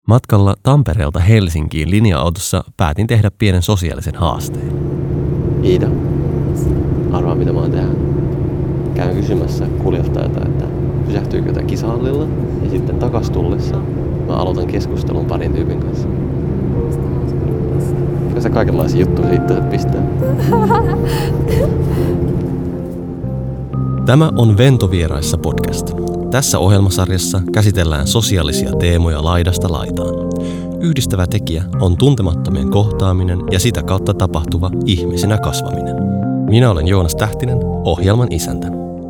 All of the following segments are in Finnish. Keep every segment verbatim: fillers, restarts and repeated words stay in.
Matkalla Tampereelta Helsinkiin linja-autossa päätin tehdä pienen sosiaalisen haasteen. Iida, arvaa mitä mä oon tehdä. Käyn kysymässä kuljettajalta, että pysähtyykö tää kisahallilla. Ja sitten takas tullessa mä aloitan keskustelun parin tyypin kanssa. Kyllä sä kaikenlaisia juttuja siitä pistää. Tämä on Ventovieraissa podcast. Tässä ohjelmasarjassa käsitellään sosiaalisia teemoja laidasta laitaan. Yhdistävä tekijä on tuntemattomien kohtaaminen ja sitä kautta tapahtuva ihmisenä kasvaminen. Minä olen Joonas Tähtinen, ohjelman isäntä.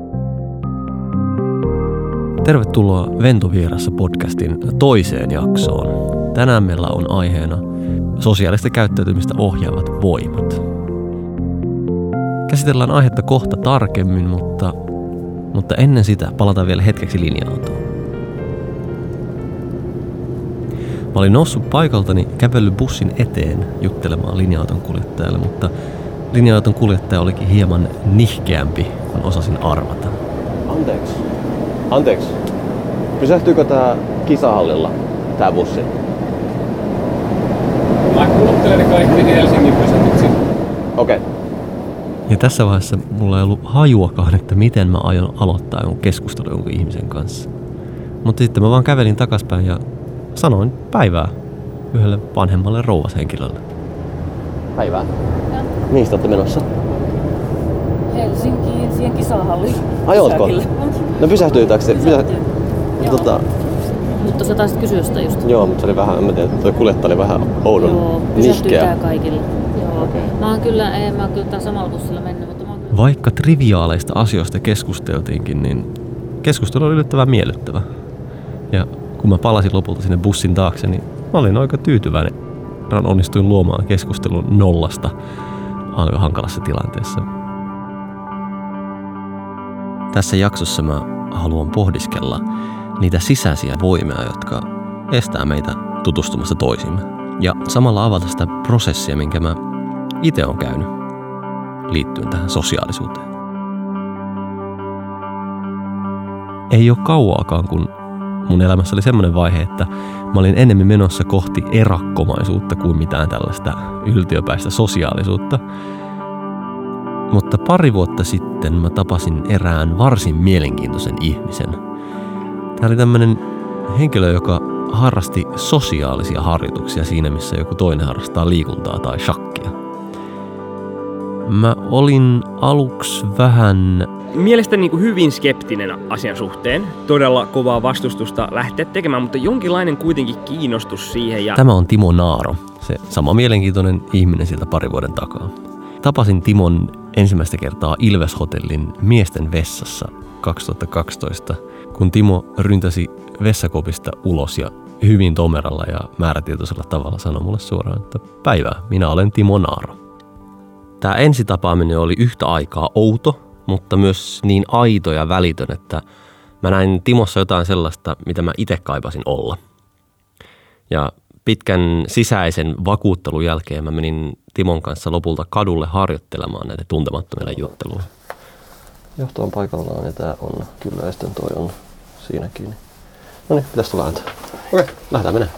Tervetuloa Ventovieraissa podcastin toiseen jaksoon. Tänään meillä on aiheena sosiaalista käyttäytymistä ohjaavat voimat. Käsitellään aihetta kohta tarkemmin, mutta, mutta ennen sitä palataan vielä hetkeksi linja-autoon. Mä olin noussut paikaltani, kävellyt bussin eteen juttelemaan linja-auton kuljettajalle, mutta linja-auton kuljettaja olikin hieman nihkeämpi, kun osasin arvata. Anteeksi. Anteeksi. Pysähtyykö tää kisahallilla, tää bussi? Mä kuuntelen kaikki Helsingin pysähtyksiä. Okei. Okay. Ja tässä vaiheessa mulla ei ollut hajuakaan, että miten mä aion aloittaa jonkun keskustelun jonkun ihmisen kanssa. Mutta sitten mä vaan kävelin takaspäin ja sanoin päivää yhdelle vanhemmalle rouvashenkilölle. Päivää. Mihin te olette menossa? Helsinkiin, siihen kisahalliin. Ajolko? No pysähtyitääkö se? Pysähtyy. Pysähty... Tota... Mutta sä taisit kysyä sitä just. Joo, mutta se oli vähän, en mä tiedä, tuo kuljettaja oli vähän oudon Joo, nihkeä. tää kaikille. Joo. Okay. Mä oon kyllä, en mä oon kyllä tää samalla bussilla mennyt, mutta mä oon kyllä... Vaikka triviaaleista asioista keskusteltiinkin, niin keskustelu oli yllättävän miellyttävä. Ja kun mä palasin lopulta sinne bussin taakse, niin mä olin aika tyytyväinen. Onnistuin luomaan keskustelun nollasta aika hankalassa tilanteessa. Tässä jaksossa mä haluan pohdiskella niitä sisäisiä voimia, jotka estää meitä tutustumasta toisimme. Ja samalla avata sitä prosessia, minkä mä itse olen käynyt liittyen tähän sosiaalisuuteen. Ei ole kauaakaan, kun mun elämässä oli semmoinen vaihe, että mä olin enemmän menossa kohti erakkomaisuutta kuin mitään tällaista yltiöpäistä sosiaalisuutta. Mutta pari vuotta sitten mä tapasin erään varsin mielenkiintoisen ihmisen. Tämä oli tämmöinen henkilö, joka harrasti sosiaalisia harjoituksia siinä, missä joku toinen harrastaa liikuntaa tai shakkia. Mä olin aluksi vähän... Mielestäni niin kuin hyvin skeptinen asian suhteen. Todella kovaa vastustusta lähteä tekemään, mutta jonkinlainen kuitenkin kiinnostus siihen. Ja... Tämä on Timo Naaro, se sama mielenkiintoinen ihminen siltä pari vuoden takaa. Tapasin Timon ensimmäistä kertaa Ilves-hotellin miesten vessassa kaksituhattakaksitoista, kun Timo ryntäsi vessakopista ulos ja hyvin tomeralla ja määrätietoisella tavalla sanoi mulle suoraan, että päivää, minä olen Timo Naaro. Tämä ensitapaaminen oli yhtä aikaa outo, mutta myös niin aito ja välitön, että mä näin Timossa jotain sellaista, mitä mä itse kaipasin olla. Ja pitkän sisäisen vakuuttelun jälkeen mä menin Timon kanssa lopulta kadulle harjoittelemaan näitä tuntemattomille juttelua. Johto on paikallaan ja tää on kyllä ja sitten toi on siinä kiinni. No niin, pitäis tulla ääntä. Okei, okay, lähdetään menemään.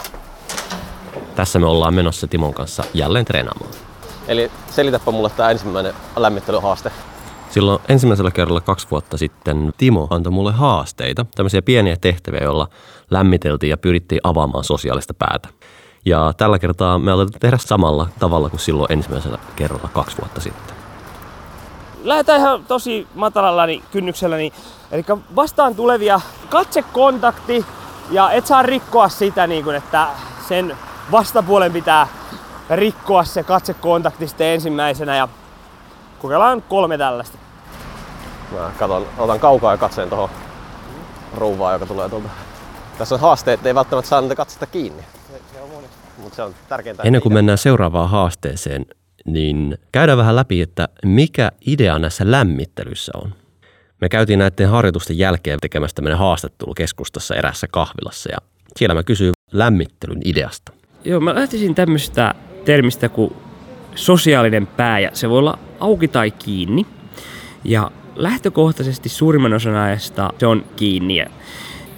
Tässä me ollaan menossa Timon kanssa jälleen treenaamaan. Eli selitäpä mulle tää ensimmäinen lämmittelyhaaste. Silloin ensimmäisellä kerralla kaksi vuotta sitten Timo antoi mulle haasteita, tämmöisiä pieniä tehtäviä, joilla lämmiteltiin ja pyrittiin avaamaan sosiaalista päätä. Ja tällä kertaa me aletaan tehdä samalla tavalla kuin silloin ensimmäisellä kerralla kaksi vuotta sitten. Lähdetään ihan tosi matalalla kynnyksellä, eli vastaan tulevia katsekontakti ja et saa rikkoa sitä, että sen vastapuolen pitää rikkoa se katsekontakti sitten ensimmäisenä ja kokeillaan kolme tällaista. Mä katon, otan kaukaa ja katseen tohon rouvaan, joka tulee tuolta. Tässä on haasteet, että ei välttämättä saa niitä katsetta kiinni. Se, se on monesti. Mut se on tärkeintä. Ennen kuin mennään seuraavaan haasteeseen, niin käydään vähän läpi, että mikä idea näissä lämmittelyissä on. Me käytiin näiden harjoitusten jälkeen tekemässä tämmöinen haastattelu keskustassa erässä kahvilassa ja siellä mä kysyin lämmittelyn ideasta. Joo, mä lähtisin tämmöistä termistä kuin sosiaalinen pää ja se voi olla auki tai kiinni. Ja lähtökohtaisesti suurimman osan ajasta se on kiinni.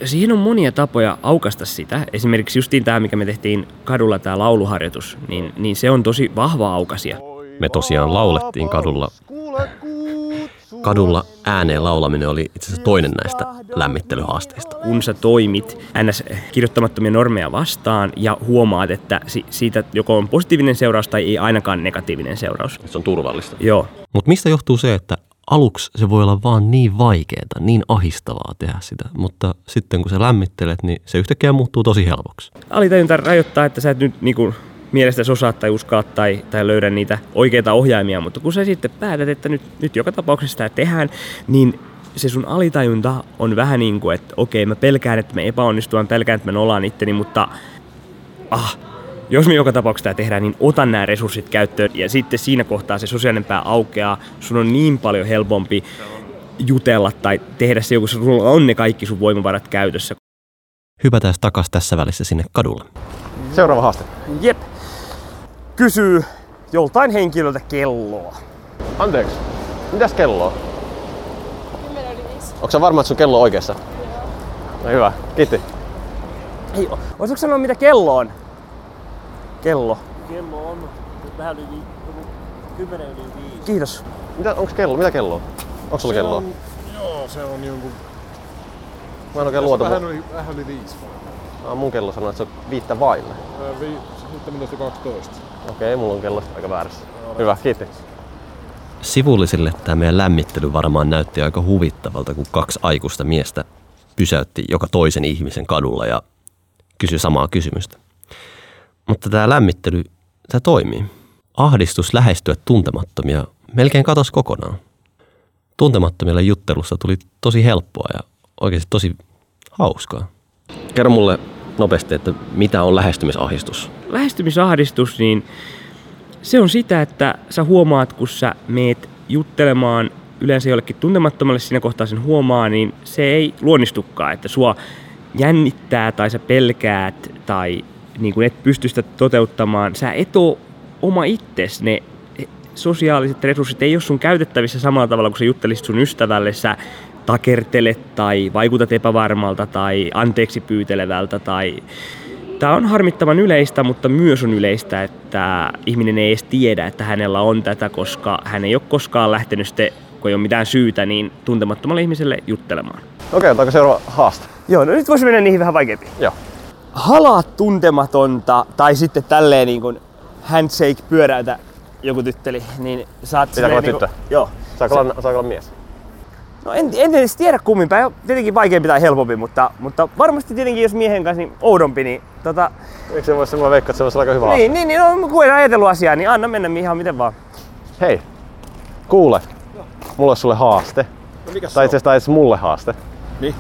siihen on monia tapoja aukasta sitä. Esimerkiksi justiin tämä, mikä me tehtiin kadulla, tämä lauluharjoitus, niin, niin se on tosi vahva aukasia. Me tosiaan laulettiin kadulla. Kadulla ääneen laulaminen oli itse asiassa toinen näistä lämmittelyhaasteista. Kun sä toimit ns. Kirjoittamattomia normeja vastaan ja huomaat, että siitä joko on positiivinen seuraus tai ei ainakaan negatiivinen seuraus. Se on turvallista. Joo. Mutta mistä johtuu se, että aluksi se voi olla vaan niin vaikeaa, niin ahistavaa tehdä sitä, mutta sitten kun sä lämmittelet, niin se yhtäkkiä muuttuu tosi helpoksi. Alitajunta rajoittaa, että sä et nyt niinku mielestäsi osaa tai uskalla tai, tai löydä niitä oikeita ohjaimia, mutta kun sä sitten päätät, että nyt, nyt joka tapauksessa sitä tehdään, niin se sun alitajunta on vähän niin kuin, että okei, mä pelkään, että me epäonnistutaan, pelkään, että mä nolaan itteni, mutta ah, jos me joka tapauksessa sitä tehdään, niin otan nämä resurssit käyttöön ja sitten siinä kohtaa se sosiaalinen pää aukeaa, sun on niin paljon helpompi jutella tai tehdä se, kun sulla on ne kaikki sun voimavarat käytössä. Hypätään takas tässä välissä sinne kadulle. Seuraava haaste. Jep. Kysyy joltain henkilöltä kelloa. Anteeksi, mitäs kello on? Onko sä varma, että sun kello on oikeassa? No hyvä, kiitti. Hei, osaatko sanoa mitä kello on? Kello. Kello on vähän yli kymmenen yli viisi. Kiitos. Mitä, onks kello? Mitä kello on? Onko sulla kelloa? On, joo, se on jonkun... Mä en oikein luota. Vähän yli, vähän yli viisi. Ah, mun kello sanoo, että se on viittä vaille. Sitten minusta kaksitoista. Okei, mulla on kello aika väärässä. Hyvä, kiitti. Sivullisille tämä meidän lämmittely varmaan näytti aika huvittavalta, kun kaksi aikuista miestä pysäytti joka toisen ihmisen kadulla ja kysyi samaa kysymystä. Mutta tämä lämmittely, tämä toimii. Ahdistus lähestyä tuntemattomia melkein katosi kokonaan. Tuntemattomilla juttelussa tuli tosi helppoa ja oikeasti tosi hauskaa. Kerro mulle nopeasti, että mitä on lähestymisahdistus? Lähestymisahdistus, niin se on sitä, että sä huomaat, kun sä meet juttelemaan yleensä jollekin tuntemattomalle, siinä kohtaa sen huomaa, niin se ei luonnistukaan, että sua jännittää tai sä pelkäät tai niin kuin et pysty sitä toteuttamaan. Sä et oo oma itses, ne sosiaaliset resurssit ei ole sun käytettävissä samalla tavalla, kun sä juttelisit sun ystävälle, sä takertelet tai vaikutat epävarmalta tai anteeksi pyytelevältä. Tai... Tämä on harmittavan yleistä, mutta myös on yleistä, että ihminen ei edes tiedä, että hänellä on tätä, koska hän ei ole koskaan lähtenyt sitten, kun ei ole mitään syytä, niin tuntemattomalle ihmiselle juttelemaan. Okei, otetaanko seuraava haaste? Joo, no nyt voisi mennä niihin vähän vaikeampiin. Joo. Halaa tuntematonta tai sitten tälleen niin kuin handshake pyöräytä joku tytteli, niin saat... Pitääkö olla niin tyttö? Joo. Saako olla, saako olla mies? No en, en edes tiedä kummin päin, tietenkin vaikeampi tai helpompi, mutta, mutta varmasti tietenkin jos miehen kanssa niin oudompi, niin tota... Eikö se voisi, mä veikkaan, että se voisi olla aika hyvä haaste? Niin, niin, niin no, kun en ajatellut asiaa, niin anna mennä ihan miten vaan. Hei, kuule, mulla olisi sulle haaste. No mikäs Tai itse asiassa edes mulle haaste. Niin?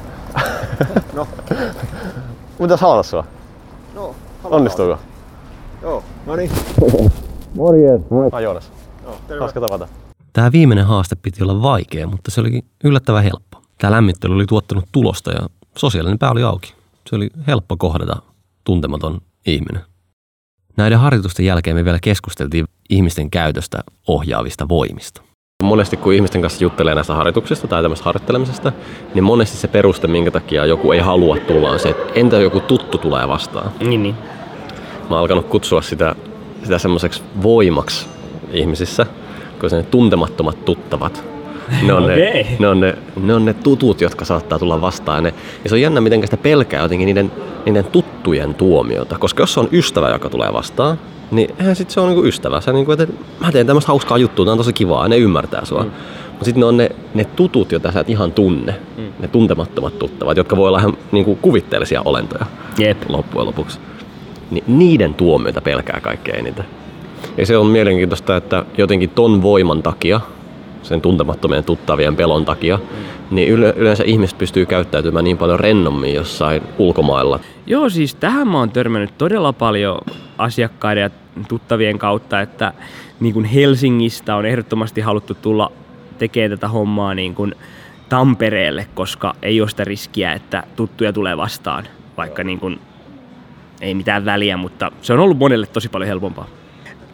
No. Mitäs halata sua? No, Onnistuuko? Joo, no niin. Morjens. Ai Joonas. Joo, terve. Hauska tavata. Tämä viimeinen haaste piti olla vaikea, mutta se olikin yllättävän helppo. Tämä lämmittely oli tuottanut tulosta ja sosiaalinen pää oli auki. Se oli helppo kohdata tuntematon ihminen. Näiden harjoitusten jälkeen me vielä keskusteltiin ihmisten käytöstä ohjaavista voimista. Monesti kun ihmisten kanssa juttelee näistä harjoituksista tai tämmöistä harjoittelemisesta, niin monesti se peruste, minkä takia joku ei halua tulla, on se, että entä joku tuttu tulee vastaan. Niin, niin. Mä oon alkanut kutsua sitä, sitä semmoiseksi voimaksi ihmisissä, kun se ne tuntemattomat tuttavat. Ne on, okay. ne, ne, on ne, ne on ne tutut, jotka saattaa tulla vastaan. Ja, ne, ja se on jännä, miten sitä pelkää jotenkin niiden, niiden tuttujen tuomiota. Koska jos se on ystävä, joka tulee vastaan, niin eihän sit se on niinku ystävä. Se on niinku, että mä teen tämmöistä hauskaa juttua, tää on tosi kivaa ja ne ymmärtää sua. Mm. Mutta sitten ne on ne, ne tutut, joita sä et ihan tunne. Mm. Ne tuntemattomat tuttavat, jotka voi olla ihan niinku kuvitteellisia olentoja. Jep. Loppujen lopuksi. Ni, niiden tuomioita pelkää kaikkein eniten. Ja se on mielenkiintoista, että jotenkin ton voiman takia, sen tuntemattomien tuttavien pelon takia, mm. niin yleensä ihmiset pystyy käyttäytymään niin paljon rennommin jossain ulkomailla. Joo, siis tähän mä oon törmännyt todella paljon asiakkaiden ja tuttavien kautta, että niin kuin Helsingistä on ehdottomasti haluttu tulla tekemään tätä hommaa niin kuin Tampereelle, koska ei ole sitä riskiä, että tuttuja tulee vastaan, vaikka niin kuin ei mitään väliä, mutta se on ollut monelle tosi paljon helpompaa.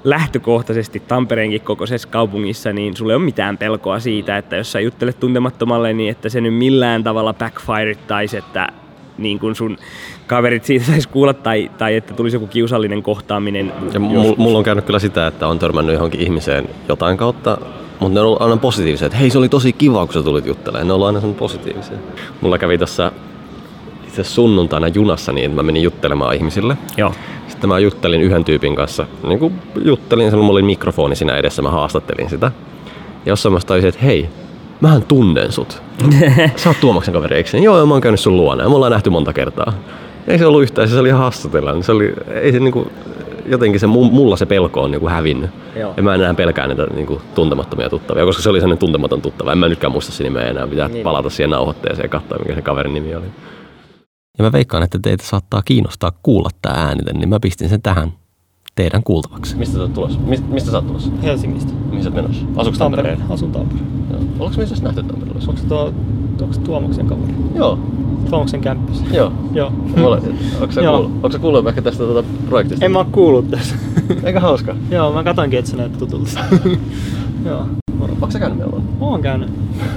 lähtökohtaisesti Tampereenkin kokoisessa kaupungissa, niin sulla ei ole mitään pelkoa siitä, että jos sä juttelet tuntemattomalle, niin että se nyt millään tavalla backfireittaisi, että niin kun sun kaverit siitä saisi kuulla tai, tai että tulisi joku kiusallinen kohtaaminen. Ja mulla on käynyt kyllä sitä, että on törmännyt johonkin ihmiseen jotain kautta, mutta ne on ollut aina positiivisia, että hei, se oli tosi kiva, kun sä tulit juttelemaan. Ne on ollut aina sellainen positiivisia. Mulla kävi tuossa itse asiassa sunnuntaina junassa niin, että mä menin juttelemaan ihmisille. Joo. Sitten mä juttelin yhden tyypin kanssa, niin kuin juttelin, mulla oli mikrofoni siinä edessä, mä haastattelin sitä. Ja jossain mä tajusin, että hei, mähän tunnen sut. Sä oot Tuomaksen kaveri, eikö? Joo, joo, mä oon käynyt sun luona ja me ollaan nähty monta kertaa. Ei se ollut yhtään, se oli ihan haastatella. Se oli, ei se niinku, jotenkin se, mulla se pelko on niinku hävinnyt. Joo. Ja mä en enää pelkää niitä niinku tuntemattomia tuttavia, koska se oli sellainen tuntematon tuttava. En mä nytkään muista sen nimeä enää, pitää niin. palata siihen nauhoitteeseen ja katsoa, mikä se kaverin nimi oli. Ja mä veikkaan, että teitä saattaa kiinnostaa kuulla tää äänite, niin mä pistin sen tähän teidän kuultavaksi. Mistä sä oot tulossa? Mist, mistä sä oot tulossa? Helsingistä. Mihin sä oot menossa? Asuuko Tampereella? Asun Tampereella. Oletko me nähty Tampereella? Onko se, tuo, onko se Tuomaksen kaveri? Joo. Tuomaksen kämppissä? Joo. Joo. Onko sä kuullut, onko sä kuullut ehkä tästä tuota projektista? En mä oo kuullut tästä. Eikä hauska? Joo, mä katonkin, että sä näyttää tutulta. Joo. Onko sä käynyt meillä? Oon käynyt.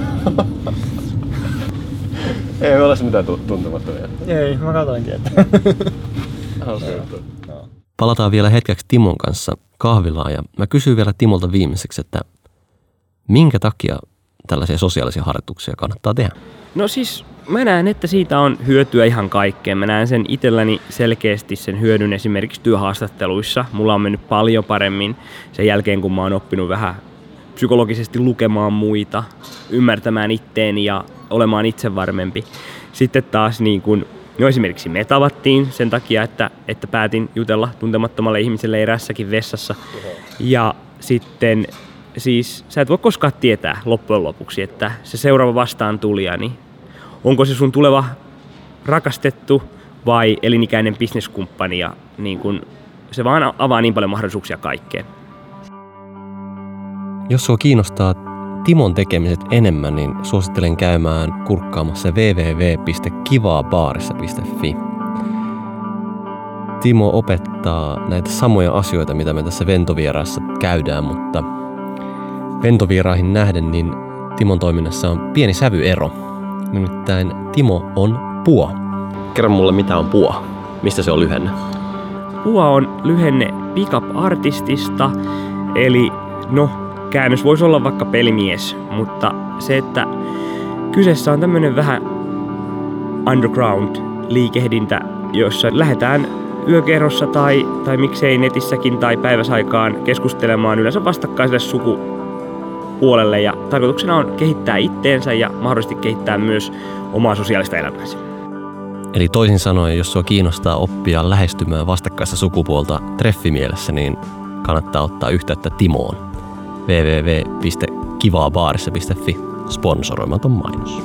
Ei me ole mitään tuntemattomia. Ei, mä katoinkin, että... Hauska juttu. Palataan vielä hetkeksi Timon kanssa kahvilaan ja mä kysyin vielä Timolta viimeiseksi, että minkä takia tällaisia sosiaalisia harjoituksia kannattaa tehdä? No siis mä näen, että siitä on hyötyä ihan kaikkeen. Mä näen sen itselläni selkeästi sen hyödyn esimerkiksi työhaastatteluissa. Mulla on mennyt paljon paremmin sen jälkeen, kun mä oon oppinut vähän psykologisesti lukemaan muita, ymmärtämään itteeni ja olemaan itsevarmempi. Sitten taas niin kun, no esimerkiksi me tavattiin sen takia, että, että päätin jutella tuntemattomalle ihmiselle erässäkin vessassa. Ja sitten siis sä et voi koskaan tietää loppujen lopuksi, että se seuraava vastaan tulija, niin onko se sun tuleva rakastettu vai elinikäinen bisneskumppani, ja niin kun, se vaan avaa niin paljon mahdollisuuksia kaikkeen. Jos sua kiinnostaa Timon tekemiset enemmän, niin suosittelen käymään kurkkaamassa double-u double-u double-u piste kivaabaarissa piste fi. Timo opettaa näitä samoja asioita, mitä me tässä ventovieraassa käydään, mutta ventovieraihin nähden niin Timon toiminnassa on pieni sävyero. Nimittäin Timo on P U A. Kerro mulle, mitä on P U A. Mistä se on lyhenne? P U A on lyhenne Pick Up Artistista, eli no, käännös voisi olla vaikka pelimies, mutta se, että kyseessä on tämmöinen vähän underground-liikehdintä, jossa lähdetään yökerhossa tai, tai miksei netissäkin tai päiväsaikaan keskustelemaan yleensä vastakkaiselle sukupuolelle, ja tarkoituksena on kehittää itteensä ja mahdollisesti kehittää myös omaa sosiaalista elämäänsä. Eli toisin sanoen, jos sua kiinnostaa oppia lähestymään vastakkaista sukupuolta treffimielessä, niin kannattaa ottaa yhteyttä Timoon. double-u double-u double-u piste kivaabaarissa piste fi, sponsoroimaton mainos.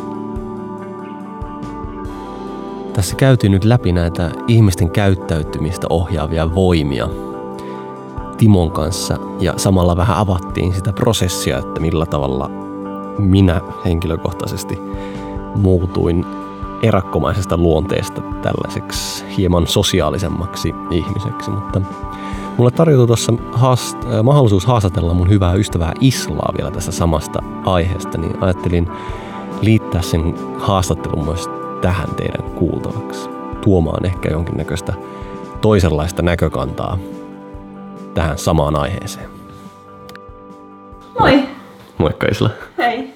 Tässä käytiin nyt läpi näitä ihmisten käyttäytymistä ohjaavia voimia Timon kanssa ja samalla vähän avattiin sitä prosessia, että millä tavalla minä henkilökohtaisesti muutuin erakkomaisesta luonteesta tällaiseksi hieman sosiaalisemmaksi ihmiseksi, mutta mulle tarjoutui tuossa haast- mahdollisuus haastatella mun hyvää ystävää Islaa vielä tästä samasta aiheesta, niin ajattelin liittää sen haastattelun myös tähän teidän kuultavaksi. Tuomaan ehkä jonkinnäköistä toisenlaista näkökantaa tähän samaan aiheeseen. Moi! Moikka Isla. Hei!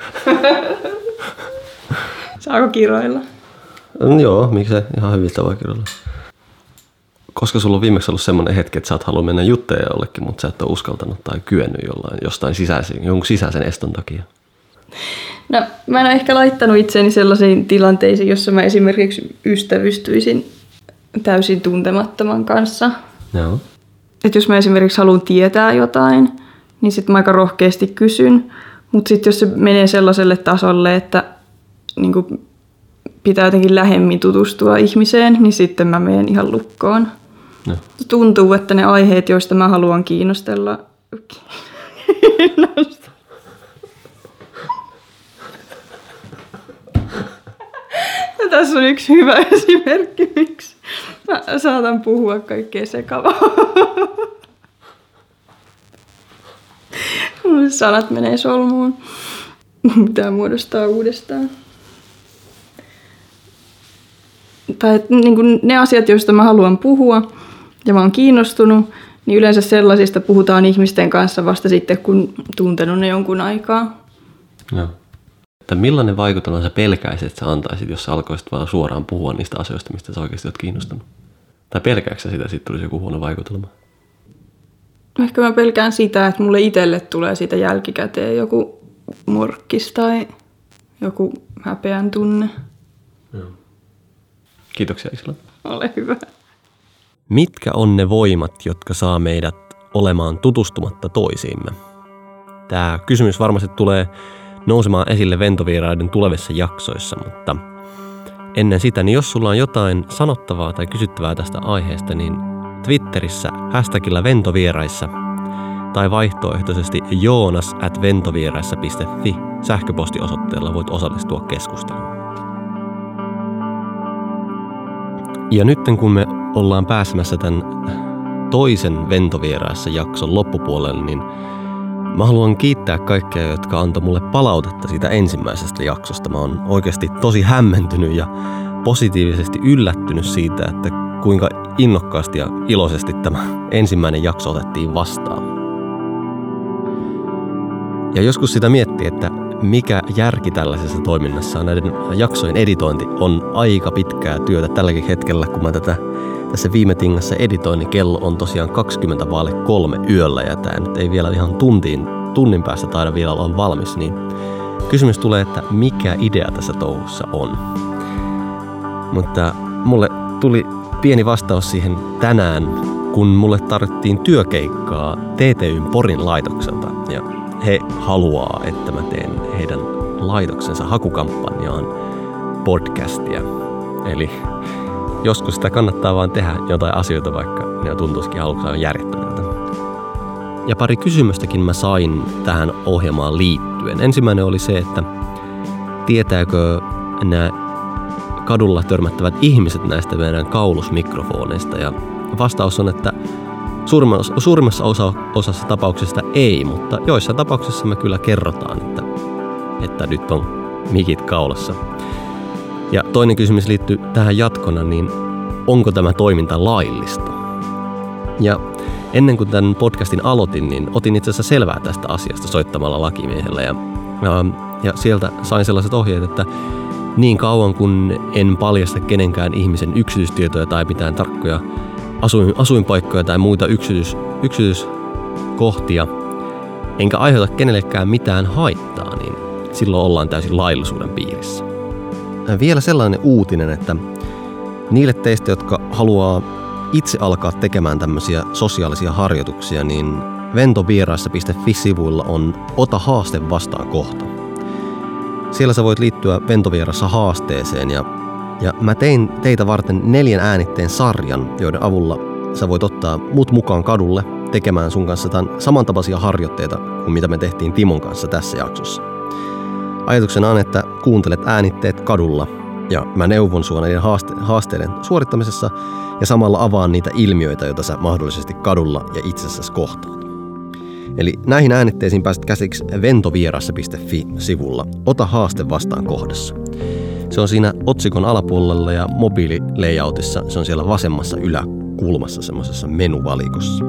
Saako kiroilla? No, joo, miksei ihan hyviltä voi kiroilla. Koska sulla on viimeksi ollut semmoinen hetki, että sä oot halunnut mennä jutteja jollekin, mutta sä et ole uskaltanut tai kyennyt jollain, jostain sisäisen, jonkun sisäisen eston takia? No, mä en ole ehkä laittanut itseäni sellaisiin tilanteisiin, jossa mä esimerkiksi ystävystyisin täysin tuntemattoman kanssa. Joo. Että jos mä esimerkiksi haluan tietää jotain, niin sit mä aika rohkeasti kysyn. Mutta sitten jos se menee sellaiselle tasolle, että niin kuin pitää jotenkin lähemmin tutustua ihmiseen, niin sitten mä menen ihan lukkoon. No. Tuntuu, että ne aiheet, joista mä haluan kiinnostella... Ja tässä on yksi hyvä esimerkki, miksi mä saatan puhua kaikkea sekavaa. Sanat menee solmuun. Pitää muodostaa uudestaan. Tai niin kuin ne asiat, joista mä haluan puhua ja mä oon kiinnostunut, niin yleensä sellaisista puhutaan ihmisten kanssa vasta sitten, kun tuntenut ne jonkun aikaa. No. Että millainen vaikutelma sä pelkäisit, että sä antaisit, jos sä alkoisit vaan suoraan puhua niistä asioista, mistä sä oikeasti oot kiinnostunut? Tai pelkääksä sitä, että siitä tulisi joku huono vaikutelma? Ehkä mä pelkään sitä, että mulle itselle tulee siitä jälkikäteen joku morkkis tai joku häpeän tunne. Joo. Kiitoksia Isla. Ole hyvä. Mitkä on ne voimat, jotka saa meidät olemaan tutustumatta toisiimme? Tämä kysymys varmasti tulee nousemaan esille ventovieraiden tulevissa jaksoissa, mutta ennen sitä, niin jos sulla on jotain sanottavaa tai kysyttävää tästä aiheesta, niin Twitterissä hashtagillä ventovieraissa tai vaihtoehtoisesti joonas at ventovieraissa piste fi sähköpostiosoitteella voit osallistua keskusteluun. Ja nyt kun me ollaan pääsemässä tämän toisen ventovieraissa jakson loppupuolelle, niin mä haluan kiittää kaikkia, jotka antoi mulle palautetta siitä ensimmäisestä jaksosta. Mä oon oikeasti tosi hämmentynyt ja positiivisesti yllättynyt siitä, että kuinka innokkaasti ja iloisesti tämä ensimmäinen jakso otettiin vastaan. Ja joskus sitä miettii, että mikä järki tällaisessa toiminnassa on. Näiden jaksojen editointi on aika pitkää työtä tälläkin hetkellä, kun mä tätä tässä viime tingassa editoin, niin kello on tosiaan kaksikymmentä vaille kolme yöllä ja tämä nyt ei vielä ihan tuntiin, tunnin päästä taida vielä olla valmis, niin kysymys tulee, että mikä idea tässä touhussa on. Mutta mulle tuli pieni vastaus siihen tänään, kun mulle tarvittiin työkeikkaa T T Y:n Porin laitokselta ja he haluaa, että mä teen heidän laitoksensa hakukampanjaan podcastia. Eli joskus sitä kannattaa vaan tehdä jotain asioita, vaikka ne tuntuisikin aluksi aivan järjettömältä. Ja pari kysymystäkin mä sain tähän ohjelmaan liittyen. Ensimmäinen oli se, että tietääkö nämä kadulla törmättävät ihmiset näistä meidän kaulusmikrofoneista. Ja vastaus on, että suurimmassa, suurimmassa osa, osassa tapauksista ei, mutta joissain tapauksissa me kyllä kerrotaan, että, että nyt on mikit kaulassa. Ja toinen kysymys liittyy tähän jatkona, niin onko tämä toiminta laillista? Ja ennen kuin tämän podcastin aloitin, niin otin itse asiassa selvää tästä asiasta soittamalla lakimiehellä. Ja, ja, ja sieltä sain sellaiset ohjeet, että niin kauan kun en paljasta kenenkään ihmisen yksityistietoja tai mitään tarkkoja asuin, asuinpaikkoja tai muita yksityis, yksityiskohtia, enkä aiheuta kenellekään mitään haittaa, niin silloin ollaan täysin laillisuuden piirissä. Vielä sellainen uutinen, että niille teistä, jotka haluaa itse alkaa tekemään tämmöisiä sosiaalisia harjoituksia, niin ventovieraissa piste fi-sivuilla on Ota haaste vastaan kohta. Siellä sä voit liittyä ventovierassa haasteeseen ja, ja mä tein teitä varten neljän äänitteen sarjan, joiden avulla sä voit ottaa mut mukaan kadulle tekemään sun kanssa tämän samantapaisia harjoitteita kuin mitä me tehtiin Timon kanssa tässä jaksossa. Ajatuksena on, että kuuntelet äänitteet kadulla ja mä neuvon sua näiden haaste- haasteiden suorittamisessa ja samalla avaan niitä ilmiöitä, joita sä mahdollisesti kadulla ja itsessäsi kohtaat. Eli näihin äänitteisiin pääset käsiksi ventovierassa piste fi-sivulla Ota haaste vastaan kohdassa. Se on siinä otsikon alapuolella ja mobiililayoutissa se on siellä vasemmassa yläkulmassa semmoisessa menuvalikossa.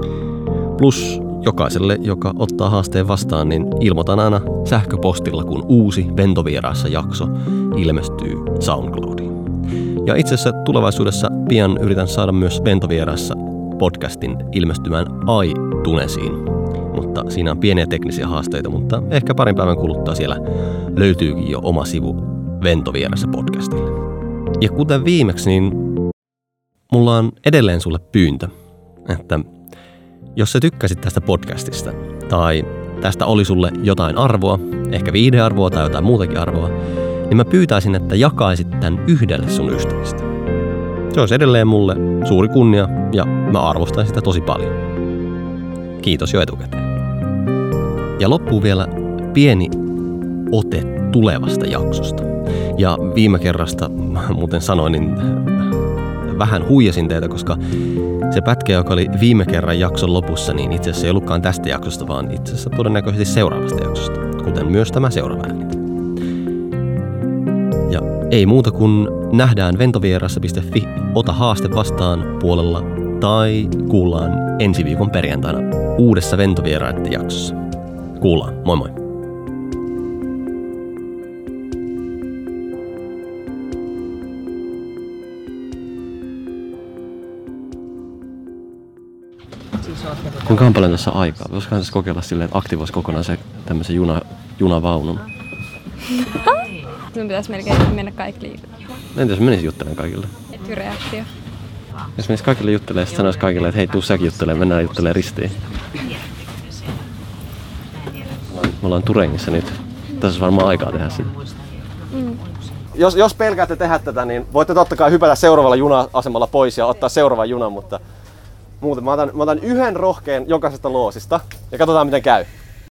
Plus jokaiselle, joka ottaa haasteen vastaan, niin ilmoitan aina sähköpostilla, kun uusi ventovieraassa jakso ilmestyy SoundCloudiin. Ja itse asiassa tulevaisuudessa pian yritän saada myös ventovieraassa podcastin ilmestymään iTunesiin. Mutta siinä on pieniä teknisiä haasteita, mutta ehkä parin päivän kuluttua siellä löytyykin jo oma sivu ventovierassa podcastille. Ja kuten viimeksi, niin mulla on edelleen sulle pyyntö, että jos sä tykkäsit tästä podcastista tai tästä oli sulle jotain arvoa, ehkä viihdearvoa tai jotain muutakin arvoa, niin mä pyytäisin, että jakaisit tämän yhdelle sun ystävistä. Se olisi edelleen mulle suuri kunnia ja mä arvostan sitä tosi paljon. Kiitos jo etukäteen. Ja loppuu vielä pieni ote tulevasta jaksosta. Ja viime kerrasta, muuten sanoin, niin vähän huijasin teitä, koska se pätkä, joka oli viime kerran jakson lopussa, niin itse asiassa ei ollutkaan tästä jaksosta, vaan itse asiassa todennäköisesti seuraavasta jaksosta, kuten myös tämä seuraava ääni. Ja ei muuta kuin nähdään ventovierassa piste fi, ota haaste vastaan puolella tai kuullaan ensi viikon perjantaina uudessa ventovieraiden jaksossa. Kuullaan, moi moi! Kuinka paljon tässä aikaa? Voisikohan tässä kokeilla silleen, että aktivoisi kokonaan se tämmöisen juna, junavaunun? Sun pitäisi melkein mennä kaikki liikumaan. Entä jos menisi juttelemaan kaikille? Reaktio. Jos menisi kaikille juttelemaan ja sitten sanoisi kaikille, että hei, tuu säkin juttelemaan, mennään juttelemaan ristiin. Me ollaan Turengissa nyt. Tässä on varmaan aikaa tehdä sitä. Mm. Jos, jos pelkäätte tehdä tätä, niin voitte totta kai hypätä seuraavalla juna-asemalla pois ja ottaa seuraavan junan, mutta muuten mä otan, mä otan yhden rohkeen jokaisesta loosista ja katsotaan miten käy.